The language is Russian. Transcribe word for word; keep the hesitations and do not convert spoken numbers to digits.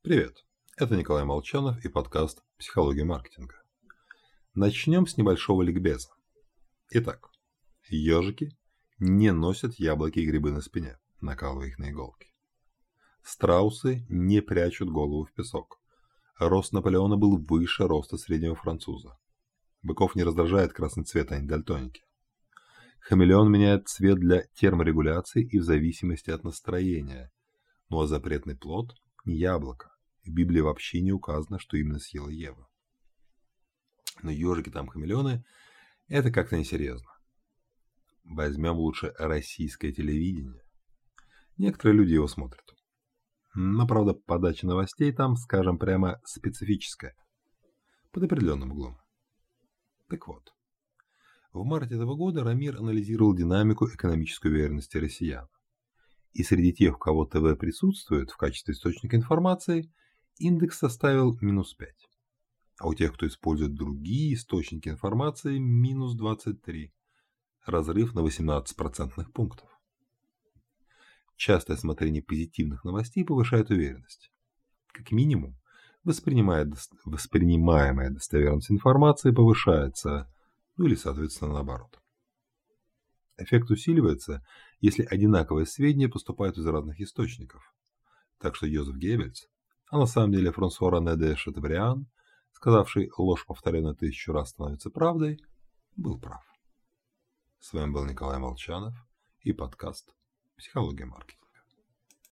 Привет, это Николай Молчанов и подкаст «Психология маркетинга». Начнем с небольшого ликбеза. Итак, ежики не носят яблоки и грибы на спине, накалывая их на иголки. Страусы не прячут голову в песок. Рост Наполеона был выше роста среднего француза. Быков не раздражает красный цвет, они дальтоники. Хамелеон меняет цвет для терморегуляции и в зависимости от настроения. Ну а запретный плод – не яблоко. В Библии вообще не указано, что именно съела Ева. Но ежики там хамелеоны – это как-то несерьезно. Возьмем лучше российское телевидение. Некоторые люди его смотрят. Но, правда, подача новостей там, скажем прямо, специфическая. Под определенным углом. Так вот. В марте этого года Рамир анализировал динамику экономической уверенности россиян. И среди тех, у кого ТВ присутствует в качестве источника информации, индекс составил минус пять. А у тех, кто использует другие источники информации, минус двадцать три. Разрыв на восемнадцать процентных пунктов. Частое смотрение позитивных новостей повышает уверенность. Как минимум, воспринимаемая достоверность информации повышается, ну или, соответственно, наоборот. Эффект усиливается, если одинаковые сведения поступают из разных источников. Так что Йозеф Геббельс, а на самом деле Франсуа Рене де Шатабриан, сказавший «ложь, повторенная тысячу раз, становится правдой», был прав. С вами был Николай Молчанов и подкаст «Психология маркетинга».